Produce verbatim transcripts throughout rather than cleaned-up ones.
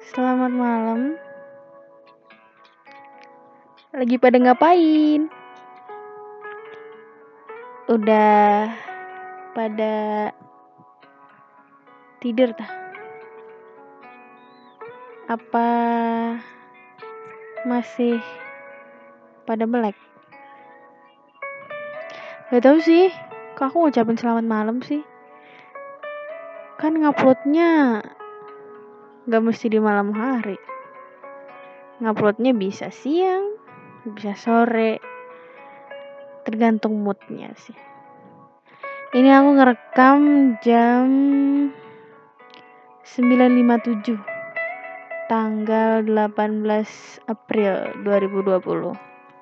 Selamat malam. Lagi pada ngapain? Udah pada tidur tah? Apa masih pada melek? Gak tahu sih. Kok aku ngucapin selamat malam sih? Kan nguploadnya gak mesti di malam hari. Nguploadnya bisa siang, bisa sore, tergantung moodnya sih. Ini aku ngerekam jam sembilan lima puluh tujuh tanggal delapan belas April dua ribu dua puluh.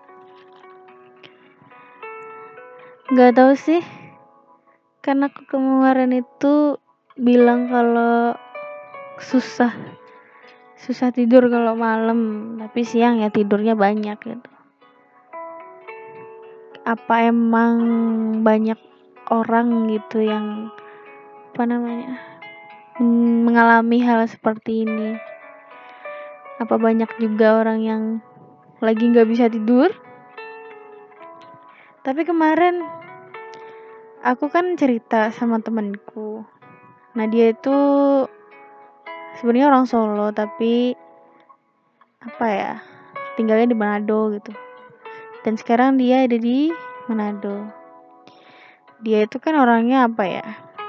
Gak tahu sih, karena aku kemarin itu bilang kalau susah susah tidur kalau malam, tapi siang ya tidurnya banyak gitu. Apa emang banyak orang gitu yang apa namanya mengalami hal seperti ini? Apa banyak juga orang yang lagi nggak bisa tidur? Tapi kemarin aku kan cerita sama temanku. Nah dia itu sebenarnya orang Solo tapi apa ya tinggalnya di Manado gitu. Dan sekarang dia ada di Manado. Dia itu kan orangnya apa ya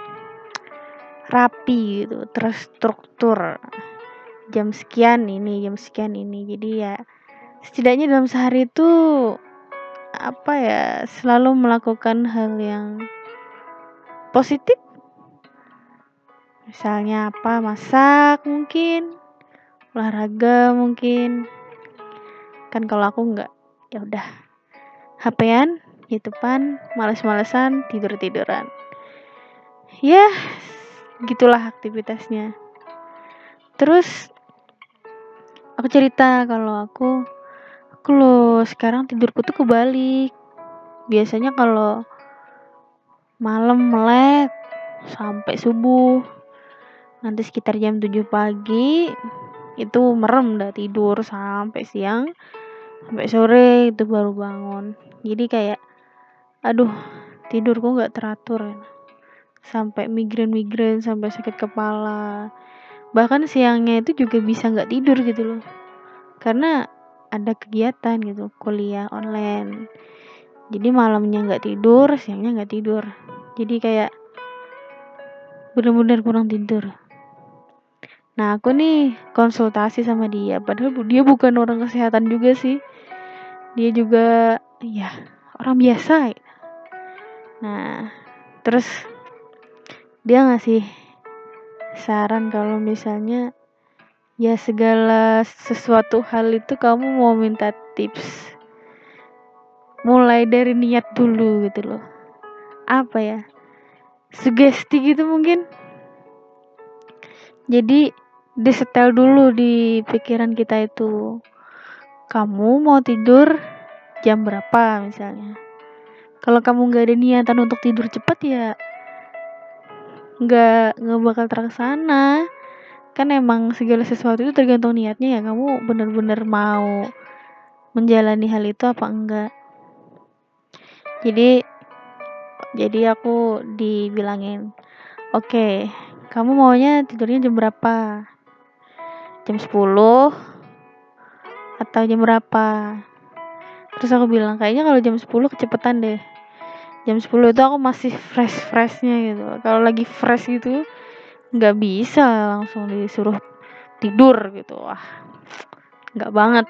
rapi gitu, terstruktur. Jam sekian ini, jam sekian ini. Jadi ya setidaknya dalam sehari itu apa ya selalu melakukan hal yang positif. Misalnya apa masak mungkin, olahraga mungkin. Kan kalau aku enggak, ya udah H P-an, YouTubean, males-malesan, tidur-tiduran. Ya, gitulah aktivitasnya. Terus aku cerita kalau aku aku loh sekarang tidurku tuh kebalik. Biasanya kalau malam melek sampai subuh. Nanti sekitar jam tujuh pagi itu merem dah tidur sampai siang. Sampai sore itu baru bangun. Jadi kayak aduh, tidurku enggak teratur. Sampai migrain-migrain, sampai sakit kepala. Bahkan siangnya itu juga bisa enggak tidur gitu loh. Karena ada kegiatan gitu, kuliah online. Jadi malamnya enggak tidur, siangnya enggak tidur. Jadi kayak benar-benar kurang tidur. Nah, aku nih konsultasi sama dia, padahal dia bukan orang kesehatan juga sih. Dia juga ya orang biasa. Nah, terus dia ngasih saran kalau misalnya ya segala sesuatu hal itu kamu mau minta tips, mulai dari niat dulu gitu loh. Apa ya? Sugesti gitu mungkin. Jadi disetel dulu di pikiran kita itu. Kamu mau tidur jam berapa misalnya? Kalau kamu nggak ada niatan untuk tidur cepat ya nggak nggak bakal terlaksana. Kan emang segala sesuatu itu tergantung niatnya ya. Kamu benar-benar mau menjalani hal itu apa enggak? Jadi jadi aku dibilangin, oke, okay, kamu maunya tidurnya jam berapa? Jam sepuluh atau jam berapa? Terus aku bilang kayaknya kalau jam sepuluh kecepatan deh. Jam sepuluh itu aku masih fresh-freshnya gitu. Kalau lagi fresh gitu nggak bisa langsung disuruh tidur gitu. Wah, nggak banget.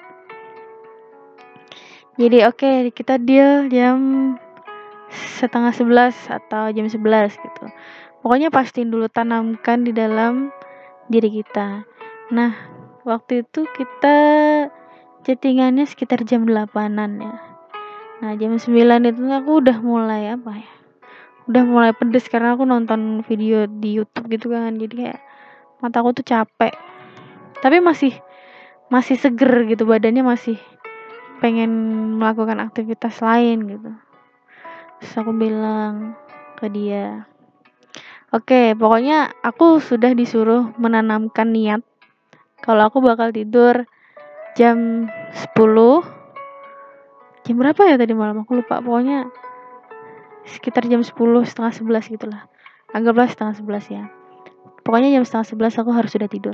Jadi oke okay, kita deal jam setengah sebelas atau jam sebelas gitu. Pokoknya pastiin dulu, tanamkan di dalam diri kita. Nah, waktu itu kita chattingannya sekitar jam delapanan ya. Nah, jam sembilan itu aku udah mulai apa ya? Udah mulai pedes karena aku nonton video di YouTube gitu kan. Jadi kayak mataku tuh capek. Tapi masih masih seger gitu, badannya masih pengen melakukan aktivitas lain gitu. Terus aku bilang ke dia, oke, okay, pokoknya aku sudah disuruh menanamkan niat Kalau aku bakal tidur jam sepuluh. Jam berapa ya tadi malam? Aku lupa. Pokoknya sekitar jam sepuluh, setengah sebelas gitulah. Anggaplah setengah sebelas ya. Pokoknya jam setengah sebelas aku harus sudah tidur.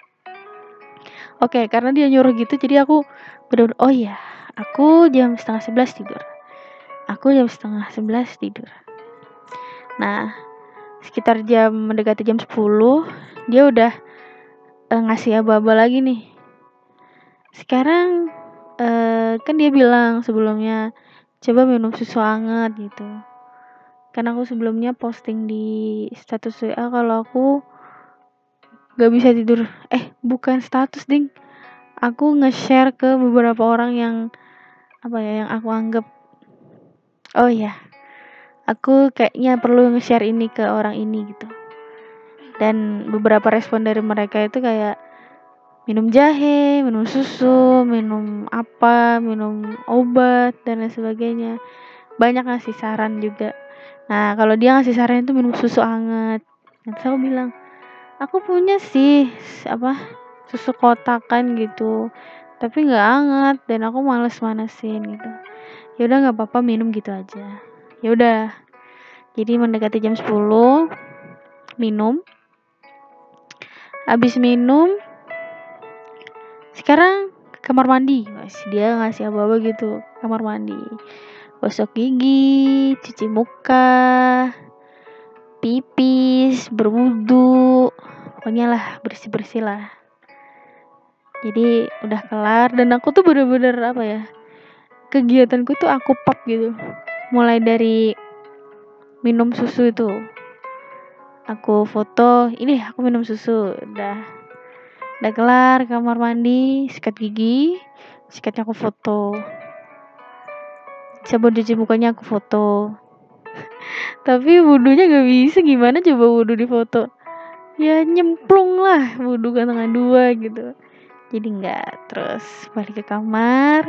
Oke, karena dia nyuruh gitu, jadi aku bener oh iya, aku jam setengah sebelas tidur. Aku jam setengah sebelas tidur. Nah, sekitar jam mendekati jam sepuluh, dia udah uh, ngasih aba-aba lagi nih. Sekarang uh, kan dia bilang sebelumnya, coba minum susu hangat gitu. Karena aku sebelumnya posting di status W A kalau aku gak bisa tidur. Eh, bukan status, ding. Aku nge-share ke beberapa orang yang apa ya, yang aku anggap oh ya, aku kayaknya perlu nge-share ini ke orang ini gitu. Dan beberapa respon dari mereka itu kayak minum jahe, minum susu, minum apa, minum obat dan lain sebagainya. Banyak ngasih saran juga. Nah, kalau dia ngasih saran itu minum susu hangat. Nanti aku bilang, aku punya sih apa susu kotakan gitu, tapi nggak hangat dan aku males manasin gitu. Ya udah nggak apa-apa, minum gitu aja. Ya udah. Jadi mendekati jam sepuluh minum. Habis minum sekarang ke kamar mandi. Mas, dia ngasih apa-apa gitu, kamar mandi. Gosok gigi, cuci muka, pipis, berwudu. Pokoknya lah bersih-bersih lah. Jadi udah kelar dan aku tuh bener-bener apa ya, kegiatanku tuh aku pop gitu. Mulai dari minum susu itu, aku foto, ini aku minum susu, udah udah kelar kamar mandi, sikat gigi, sikatnya aku foto, sabun cuci mukanya aku foto. Tapi wudhunya gak bisa, gimana coba wudhu di foto? Ya nyemplung lah wudhu kan tangan dua gitu. Jadi enggak, terus balik ke kamar,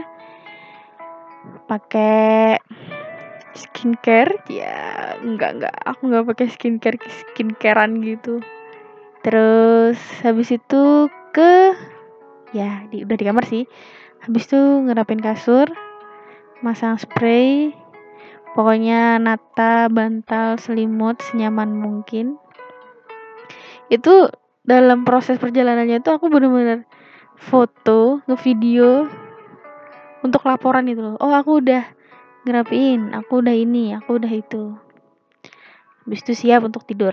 pakai skincare. Ya enggak enggak, aku enggak pakai skincare skincarean gitu. Terus habis itu ke ya di, udah di kamar sih. Habis itu ngerapin kasur, masang spray, pokoknya nata bantal selimut senyaman mungkin. Itu dalam proses perjalanannya itu aku bener-bener foto, ngevideo untuk laporan itu loh. Oh, aku udah ngerapiin, aku udah ini, aku udah itu. Habis itu siap untuk tidur.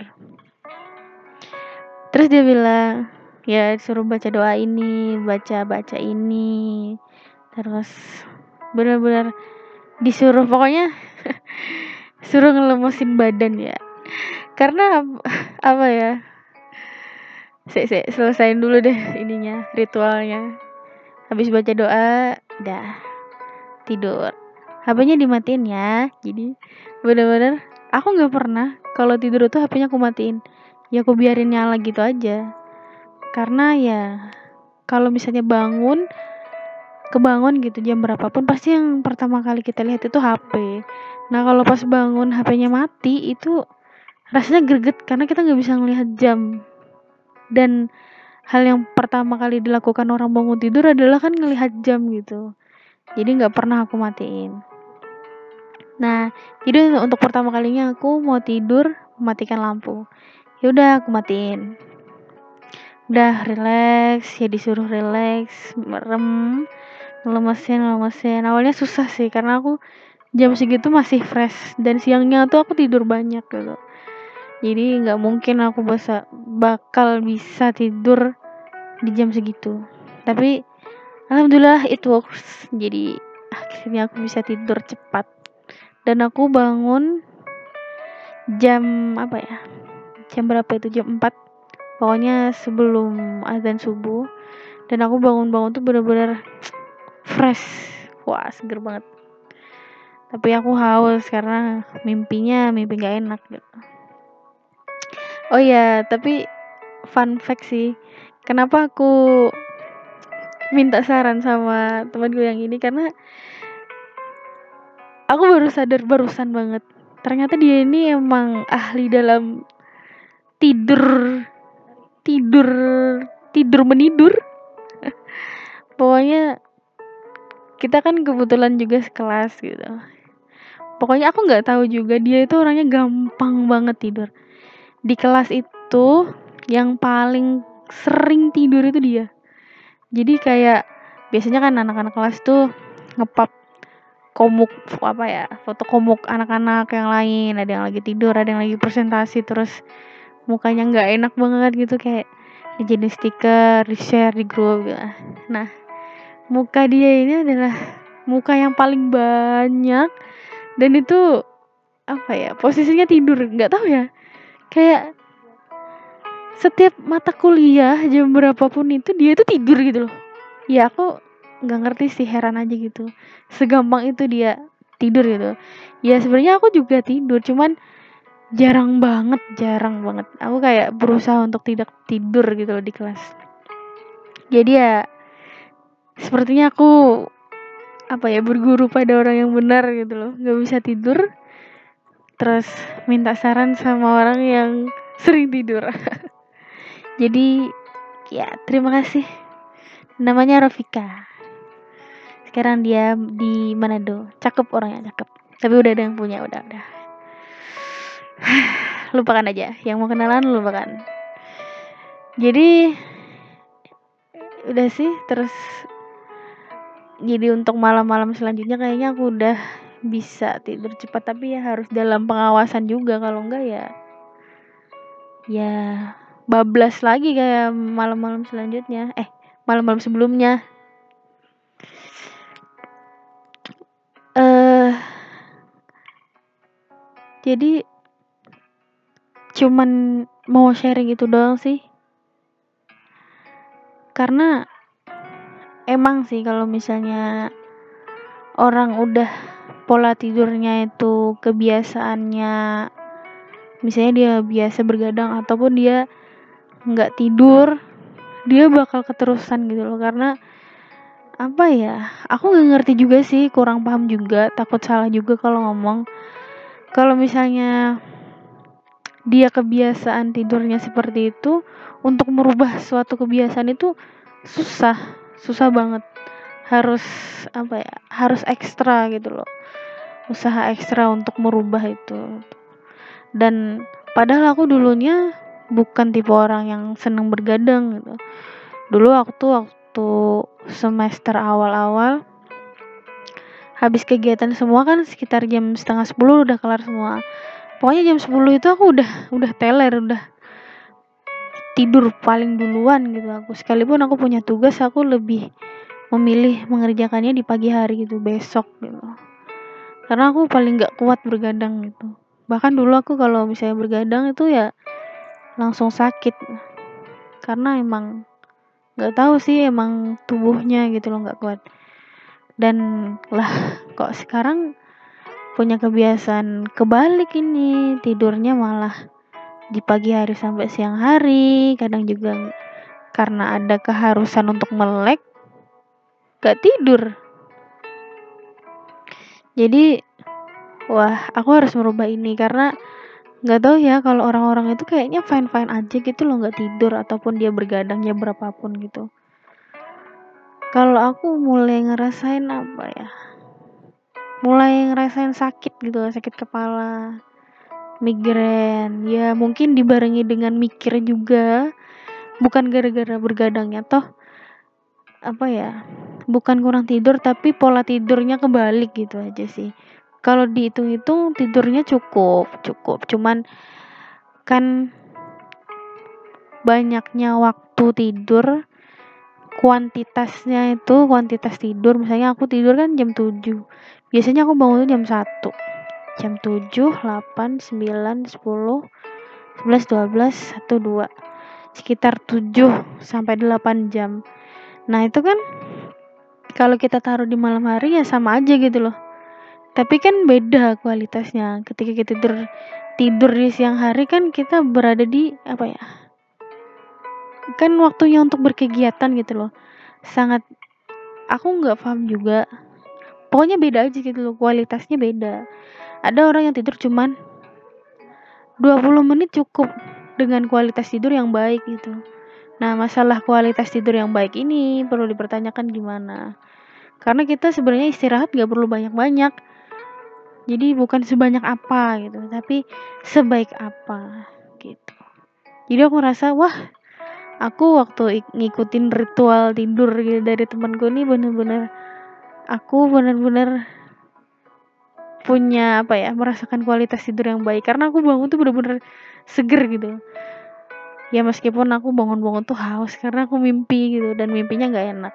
Terus dia bilang, ya suruh baca doa ini, baca-baca ini. Terus benar-benar disuruh pokoknya suruh ngelemesin badan ya. Karena apa ya? Saya selesaiin dulu deh ininya, ritualnya. Habis baca doa, dah tidur. H P-nya dimatiin ya. Jadi benar-benar aku nggak pernah kalau tidur itu H P-nya aku matiin. Ya aku biarin nyala gitu aja. Karena ya kalau misalnya bangun kebangun gitu jam berapapun, pasti yang pertama kali kita lihat itu H P. Nah, kalau pas bangun H P-nya mati, itu rasanya greget karena kita nggak bisa ngelihat jam. Dan hal yang pertama kali dilakukan orang bangun tidur adalah kan ngelihat jam gitu. Jadi nggak pernah aku matiin. Nah, jadi untuk pertama kalinya aku mau tidur mematikan lampu. Ya udah aku matiin. Udah relax, ya disuruh relax, merem, ngelemesin, ngelemesin. Awalnya susah sih karena aku jam segitu masih fresh dan siangnya tuh aku tidur banyak gitu. Jadi nggak mungkin aku bisa bakal bisa tidur di jam segitu. Tapi alhamdulillah it works. Jadi akhirnya aku bisa tidur cepat. Dan aku bangun jam apa ya? Jam berapa itu? Jam empat. Pokoknya sebelum azan subuh. Dan aku bangun-bangun tuh bener-bener fresh. Wah, seger banget. Tapi aku haus karena mimpinya mimpi gak enak gitu. Oh ya, tapi fun fact sih. Kenapa aku minta saran sama temanku yang ini, karena aku baru sadar barusan banget. Ternyata dia ini emang ahli dalam tidur tidur tidur menidur. Pokoknya kita kan kebetulan juga sekelas gitu. Pokoknya aku nggak tahu juga dia itu orangnya gampang banget tidur. Di kelas itu yang paling sering tidur itu dia. Jadi kayak biasanya kan anak-anak kelas tuh ngepap komuk apa ya, foto komuk anak-anak yang lain, ada yang lagi tidur, ada yang lagi presentasi, terus mukanya nggak enak banget gitu, kayak dijadiin stiker, di share di grup gitu. Nah, muka dia ini adalah muka yang paling banyak, dan itu apa ya, posisinya tidur, nggak tahu ya, kayak setiap mata kuliah jam berapapun itu dia itu tidur gitu loh. Ya aku nggak ngerti sih, heran aja gitu, segampang itu dia tidur gitu. Ya sebenarnya aku juga tidur, cuman jarang banget jarang banget aku kayak berusaha untuk tidak tidur gitu loh di kelas. Jadi ya sepertinya aku apa ya, berguru pada orang yang benar gitu loh, nggak bisa tidur terus minta saran sama orang yang sering tidur. Jadi ya terima kasih, namanya Rofika, sekarang dia di Manado, cakep orangnya, cakep, tapi udah ada yang punya, udah udah lupakan aja, yang mau kenalan lupakan. Jadi udah sih, terus jadi untuk malam-malam selanjutnya kayaknya aku udah bisa tidur cepat, tapi ya harus dalam pengawasan juga, kalau enggak ya ya bablas lagi kayak malam-malam selanjutnya, eh malam-malam sebelumnya. Eh uh, jadi cuman mau sharing itu doang sih, karena emang sih kalau misalnya orang udah pola tidurnya itu kebiasaannya, misalnya dia biasa bergadang ataupun dia nggak tidur, dia bakal keterusan gitu loh. Karena apa ya, aku nggak ngerti juga sih, kurang paham juga, takut salah juga kalau ngomong. Kalau misalnya dia kebiasaan tidurnya seperti itu, untuk merubah suatu kebiasaan itu susah susah banget, harus apa ya, harus ekstra gitu loh, usaha ekstra untuk merubah itu. Dan padahal aku dulunya bukan tipe orang yang seneng bergadang gitu. Dulu waktu waktu semester awal-awal, habis kegiatan semua kan sekitar jam setengah sepuluh udah kelar semua. Pokoknya jam sepuluh itu aku udah udah teler, udah tidur paling duluan gitu aku. Sekalipun aku punya tugas, aku lebih memilih mengerjakannya di pagi hari gitu, besok gitu. Karena aku paling gak kuat bergadang gitu. Bahkan dulu aku kalau misalnya bergadang itu ya langsung sakit, karena emang nggak tahu sih, emang tubuhnya gitu loh nggak kuat. Dan lah kok sekarang punya kebiasaan kebalik ini, tidurnya malah di pagi hari sampai siang hari. Kadang juga karena ada keharusan untuk melek, gak tidur. Jadi wah, aku harus merubah ini, karena nggak tahu ya, kalau orang-orang itu kayaknya fine fine aja gitu loh nggak tidur ataupun dia bergadang jam berapapun gitu. Kalau aku mulai ngerasain apa ya, mulai ngerasain sakit gitu, sakit kepala, migrain, ya mungkin dibarengi dengan mikir juga, bukan gara-gara bergadangnya, toh apa ya, bukan kurang tidur tapi pola tidurnya kebalik gitu aja sih. Kalau dihitung-hitung tidurnya cukup cukup cuman kan banyaknya waktu tidur, kuantitasnya itu, kuantitas tidur, misalnya aku tidur kan jam tujuh, biasanya aku bangun tuh jam satu, jam tujuh, delapan, sembilan, sepuluh, sebelas, dua belas, satu, dua, sekitar tujuh sampai delapan jam. Nah itu kan kalau kita taruh di malam hari ya sama aja gitu loh, tapi kan beda kualitasnya. Ketika kita tidur tidur di siang hari kan kita berada di apa ya, kan waktunya untuk berkegiatan gitu loh, sangat, aku nggak paham juga, pokoknya beda aja gitu loh, kualitasnya beda. Ada orang yang tidur cuman dua puluh menit cukup dengan kualitas tidur yang baik gitu, Nah, masalah kualitas tidur yang baik ini perlu dipertanyakan gimana. Karena kita sebenarnya istirahat gak perlu banyak-banyak. Jadi bukan sebanyak apa gitu, tapi sebaik apa gitu. Jadi aku ngerasa, wah, aku waktu ngikutin ritual tidur gitu dari temanku nih bener-bener aku bener-bener punya apa ya, merasakan kualitas tidur yang baik karena aku bangun tuh bener-bener seger gitu. Ya meskipun aku bangun-bangun tuh haus karena aku mimpi gitu dan mimpinya nggak enak.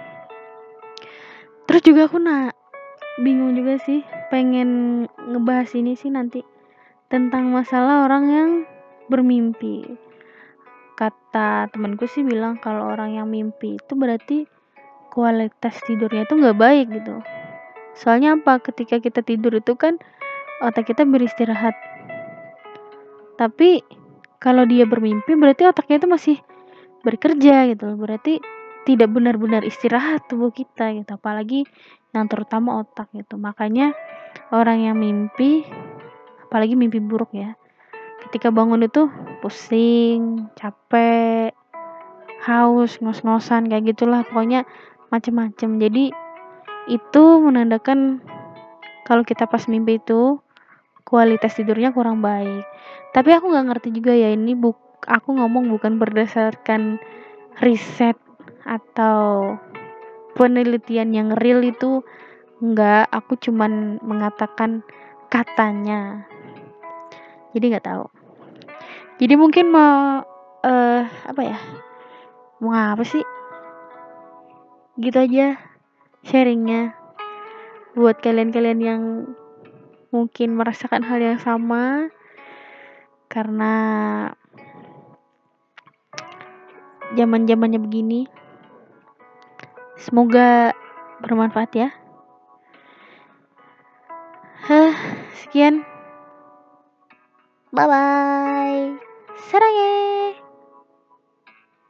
Terus juga aku nak bingung juga sih, pengen ngebahas ini sih nanti tentang masalah orang yang bermimpi. Kata temanku sih bilang kalau orang yang mimpi itu berarti kualitas tidurnya itu nggak baik gitu. Soalnya apa? Ketika kita tidur itu kan otak kita beristirahat. Tapi kalau dia bermimpi berarti otaknya itu masih bekerja gitu. Berarti tidak benar-benar istirahat tubuh kita gitu. Apalagi yang terutama otak gitu. Makanya orang yang mimpi, apalagi mimpi buruk ya, ketika bangun itu pusing, capek, haus, ngos-ngosan kayak gitulah, pokoknya macem-macem. Jadi itu menandakan kalau kita pas mimpi itu kualitas tidurnya kurang baik. Tapi aku nggak ngerti juga ya, ini buk aku ngomong bukan berdasarkan riset atau penelitian yang real itu, nggak. Aku cuman mengatakan katanya. Jadi nggak tahu. Jadi mungkin mau eh apa ya? Mau apa sih? Gitu aja sharingnya buat kalian-kalian yang mungkin merasakan hal yang sama, karena zaman-zamannya begini. Semoga bermanfaat ya. Hah, sekian. Bye bye. Sarang